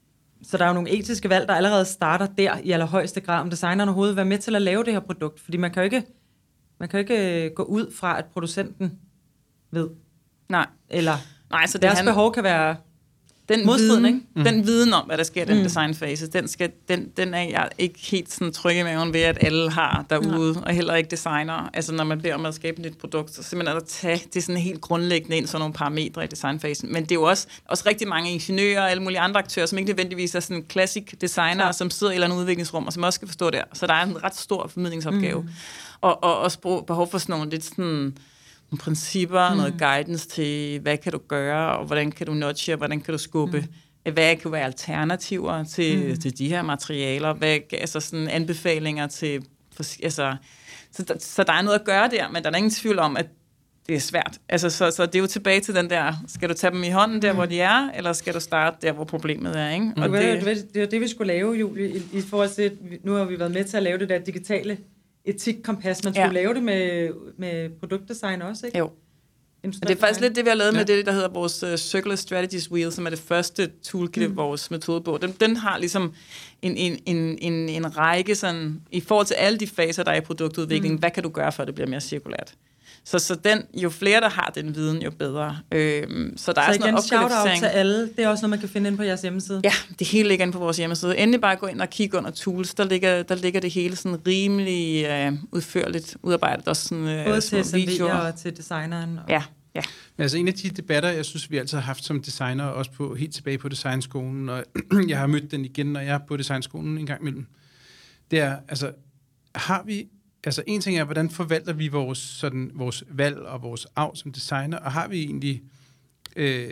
så der er jo nogle etiske valg, der allerede starter der i allerhøjeste grad, om designeren overhovedet vil være med til at lave det her produkt. Fordi man kan jo ikke, man kan jo ikke gå ud fra, at producenten ved.
Nej.
Eller
Nej, så det
deres
han...
behov kan være
den viden, ikke? Mm. Den viden om, hvad der sker i den mm. designfase, den, skal, den, den er jeg ikke helt sådan tryg i maven ved, at alle har derude, ja. og heller ikke designer. Altså, når man beder om at skabe et nyt produkt, så simpelthen at tage det sådan helt grundlæggende ind, sådan nogle parametre i designfasen. Men det er jo også, også rigtig mange ingeniører og alle mulige andre aktører, som ikke nødvendigvis er sådan classic designer, ja. som sidder i et eller andet udviklingsrum, og som også skal forstå det. Så der er en ret stor formidlingsopgave. Mm. Og, og også behov for sådan nogle lidt sådan... nogle principper, mm. noget guidance til, hvad kan du gøre, og hvordan kan du nudge, og hvordan kan du skubbe, mm. hvad kan være alternativer til, mm. til de her materialer, hvad, altså sådan anbefalinger til, altså, så, der, så der er noget at gøre der, men der er ingen tvivl om, at det er svært. Altså, så, så det er jo tilbage til den der, skal du tage dem i hånden der, mm. hvor de er, eller skal du starte der, hvor problemet er, ikke?
Og det, det, det, det er det, vi skulle lave, Julie, i, i forhold til, nu har vi været med til at lave det der digitale etikkompas. Man skulle ja. lave det med, med produktdesign også, ikke?
Jo. Og det er faktisk lidt det, vi har lavet ja. med det, der hedder vores uh, Circular Strategies Wheel, som er det første toolkit i mm. vores metodebog. Den, den har ligesom en, en, en, en, en række sådan, i forhold til alle de faser, der er i produktudvikling, mm. hvad kan du gøre, for at det bliver mere cirkulært? Så, så den, jo flere, der har den viden, jo bedre. Øhm, så der så er sådan noget
shout-out til alle. Det er også noget, man kan finde inde på jeres hjemmeside.
Ja, det hele ligger inde på vores hjemmeside. Endelig bare gå ind og kigge under tools. Der ligger, der ligger det hele sådan rimelig øh, udførligt udarbejdet. Også sådan, øh,
både til S M V'er og til designeren. Og...
Ja, ja.
Men altså en af de debatter, jeg synes, vi altid har haft som designer, også på, helt tilbage på designskolen, og jeg har mødt den igen, når jeg er på designskolen en gang imellem, det er, altså, har vi... Altså en ting er, hvordan forvalter vi vores, sådan, vores valg og vores arv som designer, og har vi egentlig, øh,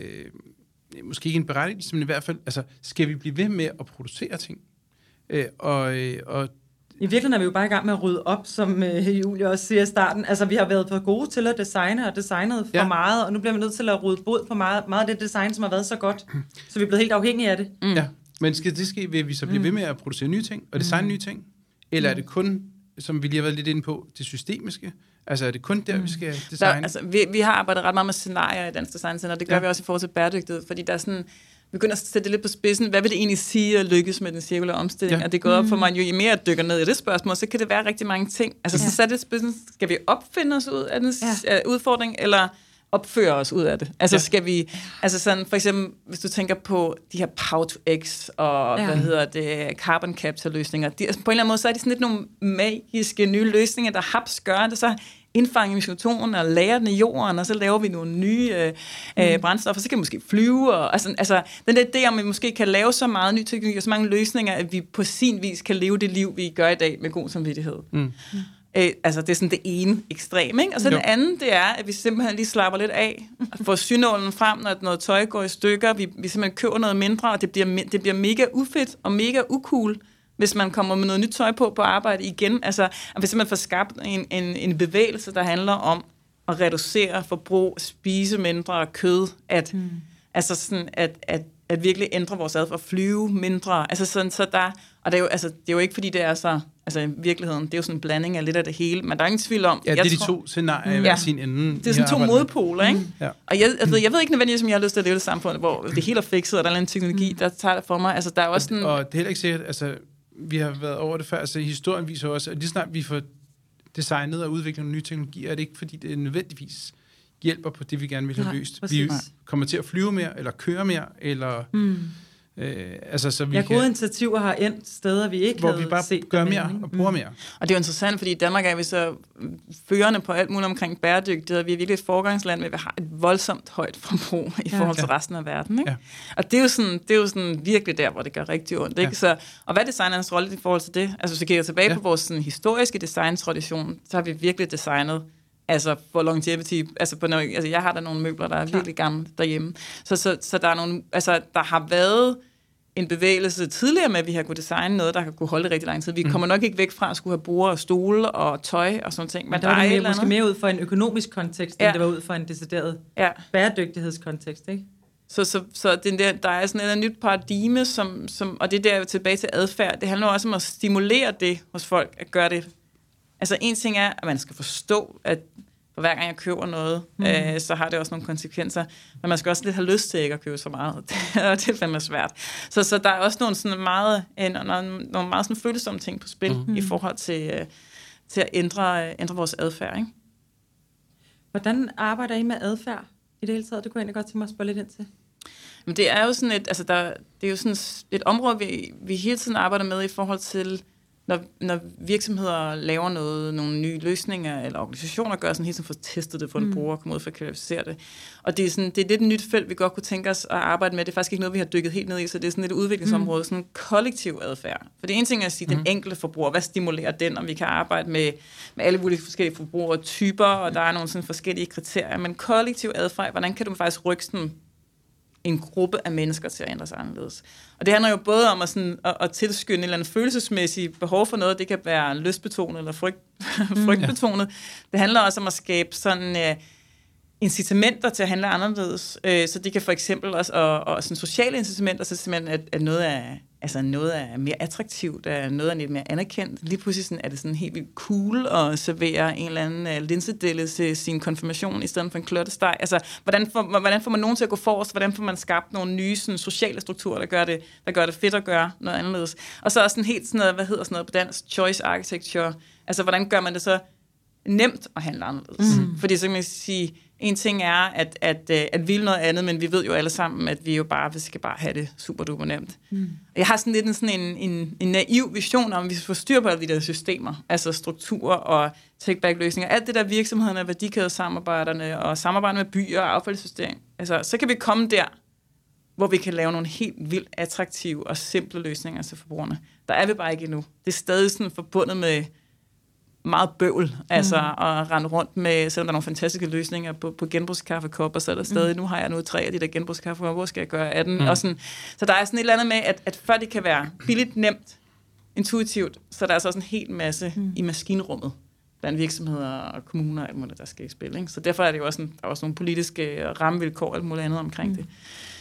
måske ikke en berettigelse, men i hvert fald, altså skal vi blive ved med at producere ting? Øh, og, og
I virkeligheden er vi jo bare i gang med at rydde op, som øh, Julie også siger i starten. Altså vi har været for gode til at designe og designet for ja. meget, og nu bliver vi nødt til at rydde bod på meget, meget af det design, som har været så godt, så vi er blevet helt afhængige af det.
Mm. Ja, men skal det ske ved, at vi så bliver mm. ved med at producere nye ting og designe mm. nye ting? Eller er det kun, som vi lige har været lidt inde på, det systemiske? Altså er det kun der, mm. vi skal designe?
Der, altså, vi, vi har arbejdet ret meget med scenarier i Dansk Design Center, det gør ja. vi også i forhold til bæredygtighed, fordi der er sådan, vi begynder at sætte det lidt på spidsen. Hvad vil det egentlig sige at lykkes med den cirkulære omstilling? Ja. Og det går op for mig, jo i mere jeg dykker ned i det spørgsmål, så kan det være rigtig mange ting. Altså ja. så sætte det spidsen, skal vi opfinde os ud af den ja. udfordring, eller opføre os ud af det? Altså ja. skal vi, altså sådan for eksempel, hvis du tænker på de her Power to X og ja. hvad hedder det, carbon capture løsninger, de, altså på en eller anden måde, så er de sådan lidt nogle magiske nye løsninger, der haps gør det, så indfange emissionen og lære den i jorden, og så laver vi nogle nye øh, mm. brændstoffer, så kan vi måske flyve, og altså, altså den der idé om, at vi måske kan lave så meget ny teknologi og så mange løsninger, at vi på sin vis kan leve det liv, vi gør i dag med god samvittighed. Mm. Mm. Øh, altså det er sådan det ene ekstrem, ikke? Og så jo. det andet, det er, at vi simpelthen lige slapper lidt af, og får synålen frem, når noget tøj går i stykker, vi, vi simpelthen køber noget mindre, og det bliver, det bliver mega ufedt og mega ucool, hvis man kommer med noget nyt tøj på på arbejde igen. Altså, at vi simpelthen får skabt en, en, en bevægelse, der handler om at reducere forbrug, spise mindre kød, at, mm. altså sådan, at, at at virkelig ændre vores adfærd, flyve mindre. Altså sådan, så der, og det er, jo, altså, det er jo ikke, fordi det er så, altså i virkeligheden, det er jo sådan en blanding af lidt af det hele, men der er ingen tvivl om.
Ja, det er de
tror,
to scenarier i hver sin ende.
Det er sådan to modpoler, ikke?
Mm. Ja.
Og jeg, altså, jeg ved ikke nødvendigvis, om jeg har lyst til at leve i et samfund, hvor det hele er fikset, og der er en teknologi, der tager det for mig. Altså, der er også sådan...
Og det er heller ikke sikkert, altså, vi har været over det før, altså historien viser også, at lige snart vi får designet og udviklet nogle nye teknologier, er det ikke, fordi det nødvendigvis hjælper på det, vi gerne vil have løst. Vi kommer til at flyve mere, eller køre mere, eller... Mm. Øh, altså, så vi
ja,
kan,
gode initiativer har endt steder, vi ikke
hvor
havde
vi bare
set
gør mere og bruger mere.
Og det er jo interessant, fordi i Danmark er vi så førende på alt muligt omkring bæredygtighed. Vi er virkelig et forgangsland, men vi har et voldsomt højt forbrug i forhold til ja. resten af verden. Ikke? Ja. Og det er, jo sådan, det er jo sådan virkelig der, hvor det gør rigtig ondt. Ikke? Ja. Så, og hvad er designernes rolle i forhold til det? Altså, hvis vi kigger tilbage ja. på vores sådan, historiske designtradition, så har vi virkelig designet altså for longevity, altså, på noget, altså jeg har der nogle møbler, der er virkelig gamle derhjemme. Så, så, så der er nogle, altså der har været en bevægelse tidligere med, at vi har kunnet designe noget, der har kunne holde rigtig lang tid. Vi mm. kommer nok ikke væk fra at skulle have borde og stole og tøj og sådan ting. Men, men der, der er det
mere, måske mere ud for en økonomisk kontekst, ja. end det var ud for en decideret
ja.
bæredygtighedskontekst, ikke?
Så, så, så den der, der er sådan et nyt paradigme, som, som, og det der tilbage til adfærd, det handler også om at stimulere det hos folk, at gøre det. Altså en ting er, at man skal forstå, at for hver gang jeg køber noget, mm. øh, så har det også nogle konsekvenser. Men man skal også lidt have lyst til ikke at købe så meget. Det er fandme svært. Så, så der er også nogle, sådan meget, øh, nogle, nogle meget sådan følsomme ting på spil mm. i forhold til, øh, til at ændre, ændre vores adfærd. Ikke?
Hvordan arbejder I med adfærd i det hele taget? Det kunne jeg egentlig godt tænke mig at spørge lidt ind til.
Men det er jo sådan et, altså der, det er jo sådan et område, vi, vi hele tiden arbejder med i forhold til, Når, når virksomheder laver noget, nogle nye løsninger, eller organisationer gør sådan helt sådan for at teste det for en bruger og komme ud for at kvalificere det. Og det er, sådan, det er lidt et nyt felt, vi godt kunne tænke os at arbejde med. Det er faktisk ikke noget, vi har dykket helt ned i, så det er sådan et udviklingsområde, mm. sådan en kollektiv adfærd. For det ene ting er at sige, mm. den enkelte forbruger, hvad stimulerer den, om vi kan arbejde med, med alle mulige forskellige forbrugertyper, og der er nogle sådan forskellige kriterier. Men kollektiv adfærd, hvordan kan du faktisk rykke sådan en gruppe af mennesker til at ændre sig anderledes. Og det handler jo både om at, sådan, at, at tilskynde en eller anden følelsesmæssig behov for noget. Det kan være lystbetonet eller frygt, frygtbetonet. Det handler også om at skabe sådan uh, incitamenter til at handle anderledes. Uh, så det kan for eksempel også, og, og sådan sociale incitamenter, så simpelthen, at, at noget er altså noget er mere attraktivt, at noget er lidt mere anerkendt. Lige pludselig sådan, er det sådan helt vildt cool at servere en eller anden uh, linsedelle til sin konfirmation, i stedet for en klottesteg. Altså, hvordan får, hvordan får man nogen til at gå forrest? Hvordan får man skabt nogle nye sådan, sociale strukturer, der gør, det, der gør det fedt at gøre noget anderledes? Og så også sådan helt sådan noget, hvad hedder sådan noget på dansk? Choice architecture. Altså, hvordan gør man det så nemt at handle anderledes? Mm. Fordi så kan man sige, en ting er, at, at, at vi vil noget andet, men vi ved jo alle sammen, at vi jo bare, vi skal bare have det super duper nemt. Mm. Jeg har sådan lidt en, sådan en, en, en naiv vision om, at vi skal få styr på alle de der systemer, altså strukturer og take-back-løsninger. Alt det der virksomhederne, værdikædesamarbejderne og samarbejde med byer og affaldssystem. Altså, så kan vi komme der, hvor vi kan lave nogle helt vildt attraktive og simple løsninger til forbrugerne. Der er vi bare ikke endnu. Det er stadig sådan forbundet med meget bøvl, altså mm. at rende rundt med, selvom der er nogle fantastiske løsninger på, på genbrugskaffekopper, så er der stadig, mm. nu har jeg nu tre af de der genbrugskaffekopper, hvor skal jeg gøre af den? Mm. Og sådan, så der er sådan et eller andet med, at, at før det kan være billigt, nemt, intuitivt, så er der altså også en hel masse mm. i maskinrummet blandt virksomheder og kommuner og alt muligt, der skal i spil. Ikke? Så derfor er det jo også, en, der er også nogle politiske rammevilkår og alt muligt andet omkring mm. det.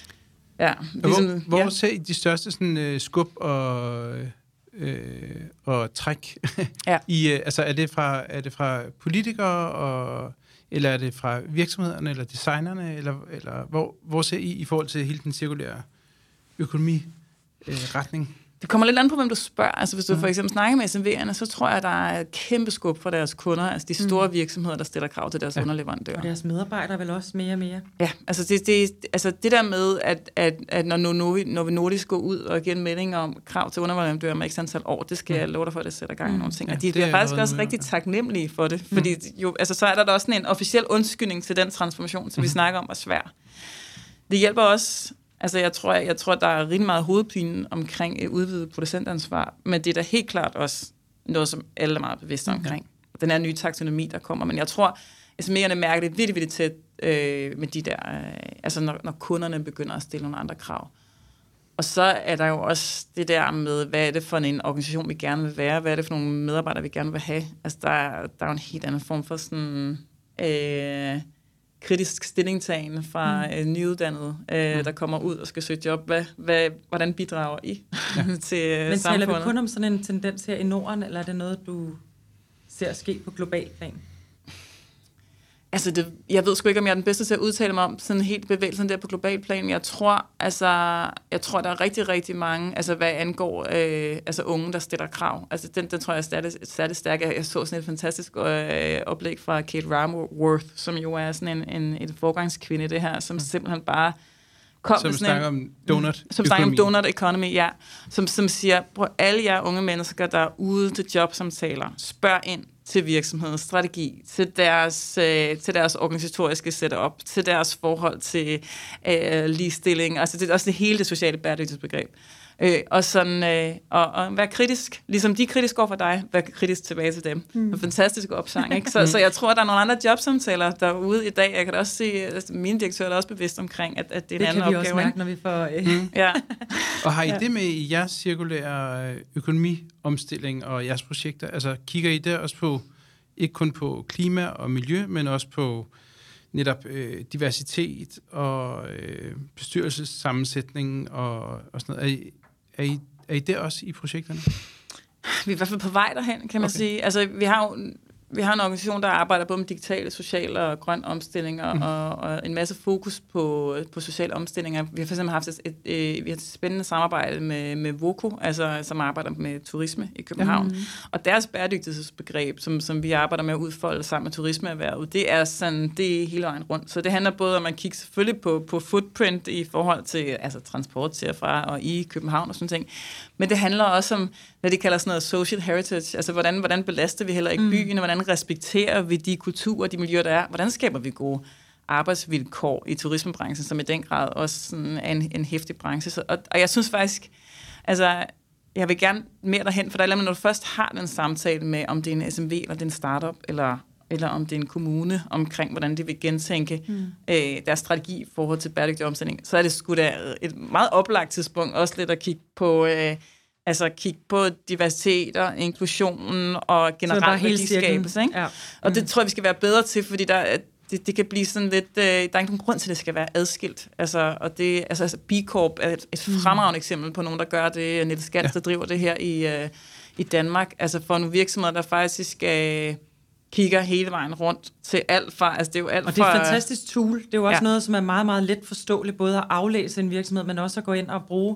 Ja,
ligesom, hvor hvor ja. ser I de største sådan, uh, skub og... Øh, og træk
ja.
i, øh, altså er det fra er det fra politikere og eller er det fra virksomhederne eller designerne eller eller hvor hvor ser I i forhold til hele den cirkulære økonomi øh, retning?
Det kommer lidt an på, hvem du spørger. Altså, hvis du mm. for eksempel snakker med S M V'erne, så tror jeg, der er et kæmpe skub for deres kunder, altså de store mm. virksomheder, der stiller krav til deres ja. underleverandører.
Og deres medarbejdere vel også mere og mere.
Ja, altså det, det, altså det der med, at, at, at når, Novi, når vi nordisk går ud og giver en melding om krav til underleverandører med x antal år, det skal mm. jeg love dig for, at det sætter gang i mm. nogle ting. Ja, og de er faktisk også med. rigtig taknemmelige for det, fordi mm. jo, altså, så er der da også en officiel undskyldning til den transformation, som mm. vi snakker om, er svær. Det hjælper også. Altså, jeg tror, jeg, jeg tror, der er rigtig meget hovedpine omkring et udvidet producentansvar, men det er da helt klart også noget, som alle er meget bevidste omkring. Okay. Den her nye taksonomi, der kommer. Men jeg tror, at S M V'erne mærker det virkelig, virkelig tæt øh, med de der, øh, altså når, når kunderne begynder at stille nogle andre krav. Og så er der jo også det der med, hvad er det for en organisation, vi gerne vil være? Hvad er det for nogle medarbejdere, vi gerne vil have? Altså, der er, der er jo en helt anden form for sådan... Øh, kritisk stillingtagen fra mm. øh, nyuddannede, øh, mm. der kommer ud og skal søge job. Hvad, hvad, hvordan bidrager I ja. til øh,
Men
samfundet?
taler vi kun om sådan en tendens her i Norden, eller er det noget, du ser ske på global plan?
Altså, det, jeg ved sgu ikke, om jeg er den bedste til at udtale mig om sådan helt bevægelsen der på global plan, men jeg tror, altså, jeg tror, der er rigtig, rigtig mange, altså hvad angår øh, altså unge, der stiller krav. Altså, den, den tror jeg er særlig, særlig stærk. Jeg så sådan et fantastisk øh, oplæg fra Kate Raworth, som jo er sådan en, en et forgangskvinde i det her, som simpelthen bare kom
som
med sådan
snakker
en,
om donut
Som snakker om donut economy, ja. Som, som siger, prøv alle jer unge mennesker, der er ude til jobsamtaler, spørg ind til virksomhedens strategi, til deres, øh, til deres organisatoriske setup, til deres forhold til øh, ligestilling, altså det er også det hele det sociale bæredygtighedsbegreb. Øh, og sådan, øh, og, og være kritisk, ligesom de er kritiske over for dig, vær kritisk tilbage til dem. Mm. En fantastisk opsang, ikke? Så, så jeg tror, der er nogle andre jobsamtaler derude i dag. Jeg kan da også se, at mine direktører er også bevidst omkring, at, at det er en
det
anden opgave.
Det kan vi også mærke, når vi får... Øh.
Mm.
Ja.
Og har I
ja.
det med i jeres cirkulære økonomiomstilling og jeres projekter? Altså kigger I der også på, ikke kun på klima og miljø, men også på netop øh, diversitet og øh, bestyrelsessammensætning og, og sådan noget? Er I, er, I, er I der også i projekterne?
Vi er i hvert fald på vej derhen, kan man okay. sige. Altså, vi har jo vi har en organisation, der arbejder både med digitale, sociale og grøn omstilling, og, mm. og, og en masse fokus på, på sociale omstillinger. Vi har for eksempel haft et, et, et, vi har et spændende samarbejde med, med Voco, altså, som arbejder med turisme i København. Mm. Og deres bæredygtighedsbegreb, som, som vi arbejder med at udfolde sammen med turismeerhvervet, det er sådan, det er hele vejen rundt. Så det handler både om at kigge selvfølgelig på, på footprint i forhold til altså, transport til og fra og i København og sådan ting. Men det handler også om, hvad de kalder sådan noget social heritage, altså hvordan, hvordan belaster vi heller ikke mm. byen, hvordan respekterer vi de kulturer, de miljøer, der er, hvordan skaber vi gode arbejdsvilkår i turismebranchen, som i den grad også sådan er en, en hæftig branche. Så, og, og jeg synes faktisk, altså, jeg vil gerne mere derhen, for der er når du først har den samtale med, om det er en S M V, eller det er en startup, eller, eller om det er en kommune, omkring hvordan de vil gentænke mm. øh, deres strategi i forhold til bæredygtig omstilling, så er det sgu da et meget oplagt tidspunkt, også lidt at kigge på øh, altså kigge på diversitet og inklusionen og generelt værdiskabelse. Ikke? Ja. Og det tror jeg, vi skal være bedre til, fordi der, det, det kan blive sådan lidt... Øh, der er ikke nogen grund til, at det skal være adskilt. Altså, og det, altså, altså B Corp er et, et fremragende eksempel på nogen, der gør det. Niels Gans, ja. der driver det her i, øh, i Danmark. Altså for nogle virksomheder, der faktisk øh, kigger hele vejen rundt til alt fra... Altså, det er jo alt
og det er et
fra,
fantastisk tool. Det er jo også
ja.
noget, som er meget, meget let forståeligt, både at aflæse en virksomhed, men også at gå ind og bruge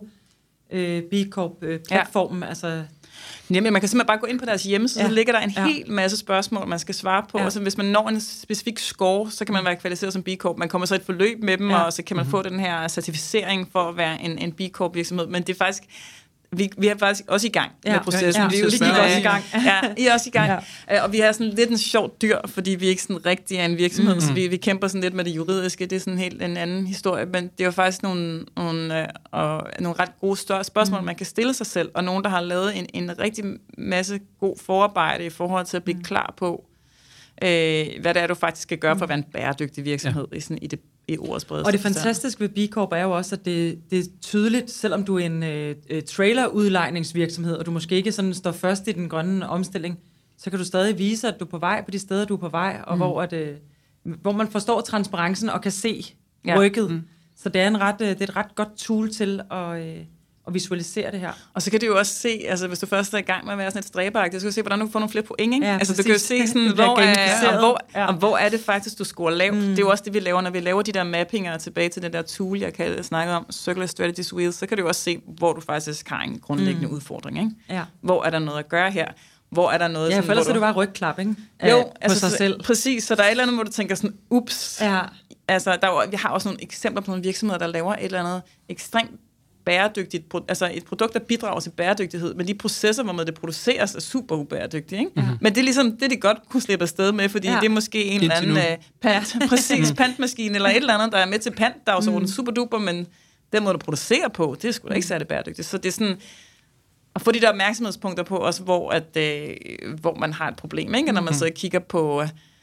B Corp-platformen, ja. altså...
Jamen, man kan simpelthen bare gå ind på deres hjemmeside, ja. så ligger der en
ja.
hel masse spørgsmål, man skal svare på, ja. og så hvis man når en specifik score, så kan man være kvalificeret som B Corp. Man kommer så et forløb med dem, ja. og så kan man mm-hmm. få den her certificering for at være en, en B Corp-virksomhed, men det er faktisk... Vi, vi er faktisk også i gang ja. med processen.
Ja, ja.
Vi er jo
lige også i gang.
Ja, I er også i gang. Ja. Og vi har sådan lidt en sjov dyr, fordi vi ikke sådan rigtig er en virksomhed, mm-hmm. så vi, vi kæmper sådan lidt med det juridiske. Det er sådan helt en anden historie, men det er jo faktisk nogle, nogle, og nogle ret gode større spørgsmål, mm. man kan stille sig selv, og nogen, der har lavet en, en rigtig masse god forarbejde i forhold til at blive mm. klar på, øh, hvad det er, du faktisk skal gøre for at være en bæredygtig virksomhed ja. i, sådan, i det i ordets bredeste.
Og det fantastiske ved B Corp er jo også, at det, det er tydeligt, selvom du er en øh, trailerudlejningsvirksomhed, og du måske ikke sådan står først i den grønne omstilling, så kan du stadig vise, at du er på vej på de steder, du er på vej, og mm. hvor, at, øh, hvor man forstår transparencen og kan se ja. rykket. Mm. Så det er, en ret, det er et ret godt tool til at... Øh, og visualisere det her.
Og så kan du jo også se, altså hvis du først er i gang med at være sådan et stræberagtigt, så kan du se, hvordan du får nogle flere point, ikke?
Ja,
altså
præcis.
du kan jo se sådan, hvor er, og, hvor,
ja.
og hvor er det faktisk, du scorer lavt. Mm. Det er jo også det, vi laver, når vi laver de der mappinger tilbage til den der tool, jeg kan snakke om, Circular Strategies Wheel, så kan du også se, hvor du faktisk har en grundlæggende mm. udfordring, ikke? Ja. Hvor er der noget at gøre her? Hvor er der noget...
Ja,
sådan,
for ellers
du...
er det bare rygklap, ikke?
Jo,
på
altså,
sig
så,
selv.
Præcis, så der er et eller andet, hvor du tænker sådan, ups.
Ja.
Altså, der er, vi har også nogle eksempler på nogle virksomheder, der laver et eller andet ekstremt bæredygtigt, altså et produkt, der bidrager til bæredygtighed, men de processer, hvor det produceres, er super ubæredygtige, ikke? Mm-hmm. Men det er ligesom, det de godt kunne slippe afsted med, fordi ja. det er måske en eller anden uh, pant, præcis, pantmaskine, eller et eller andet, der er med til pantdagsordenen, mm. super duper, men den måde, du producerer på, det er sgu da ikke særlig bæredygtigt. Så det er sådan, at få de der opmærksomhedspunkter på, også hvor, at, øh, hvor man har et problem, ikke? Når man så kigger på,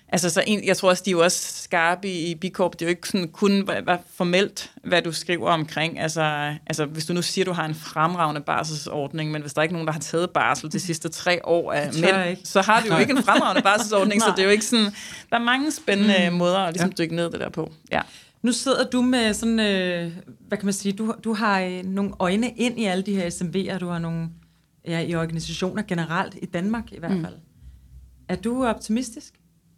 Altså, så en, jeg tror også, de er jo også skarpe i, i B Corp. Det er jo ikke sådan kun hvad, hvad formelt, hvad du skriver omkring. Altså, altså, hvis du nu siger, du har en fremragende barselsordning, men hvis der er ikke nogen, der har taget barsel de sidste tre år af mænd, så har du jo ikke en fremragende barselsordning, så det er jo ikke sådan... Der er mange spændende mm. måder at ligesom ja. dykke ned det der på. Ja.
Nu sidder du med sådan, øh, hvad kan man sige, du, du har øh, nogle øjne ind i alle de her S M V'er, du har nogle ja, i organisationer generelt, i Danmark i hvert fald. Mm. Er du optimistisk?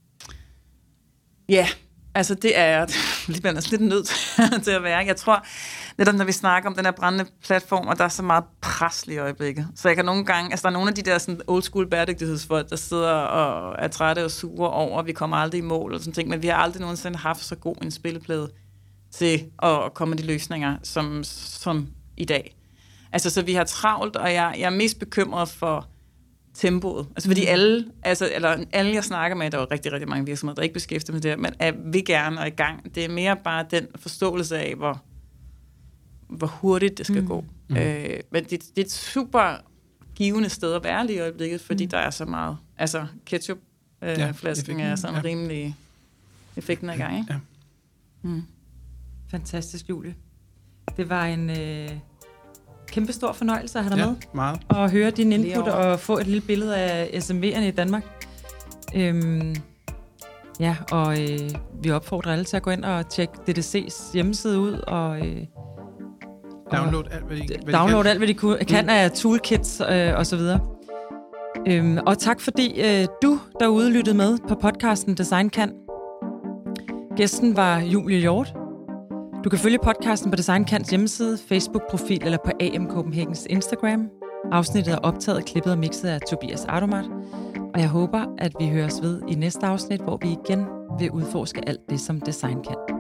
Ja, altså det er jeg lidt, lidt nødt til at være. Jeg tror, netop når vi snakker om den her brændende platform, og der er så meget pres lige i øjeblikket. Så jeg kan nogle gange, altså der er nogle af de der sådan old school bæredygtighedsfolk, der sidder og er trætte og sure over, at vi kommer aldrig i mål og sådan ting, men vi har aldrig nogensinde haft så god en spilleplade til at komme med de løsninger, som, som i dag. Altså så vi har travlt, og jeg, jeg er mest bekymret for tempoet. Altså fordi alle, altså, eller alle jeg snakker med, der er jo rigtig, rigtig mange virksomheder, der ikke beskæftiger med det, men er, vil gerne og i gang. Det er mere bare den forståelse af, hvor, hvor hurtigt det skal mm. gå. Mm. Øh, men det, det er et super givende sted at være lige i øjeblikket, fordi mm. der er så meget. Altså ketchup-flasken øh, ja, er sådan ja. rimelig effekten er i gang, ikke? Ja.
Mm. Fantastisk, Julie. Det var en... Øh kæmpe stor fornøjelse at have dig
ja,
med.
Meget.
Og høre din input og få et lille billede af S M V'erne i Danmark. Øhm, ja, og øh, vi opfordrer alle til at gå ind og tjekke D D C's hjemmeside ud og øh,
download alt, hvad de, hvad
download
de kan,
alt, hvad de kunne, kan mm. af toolkits øh, og så videre. Øhm, og tak fordi øh, du derude lyttede med på podcasten Design Kan. Gæsten var Julie Hjort. Du kan følge podcasten på Design Kans hjemmeside, Facebook-profil eller på A M Copenhagens Instagram. Afsnittet er optaget, klippet og mixet af Tobias Ardomat. Og jeg håber, at vi høres ved i næste afsnit, hvor vi igen vil udforske alt det, som design kan.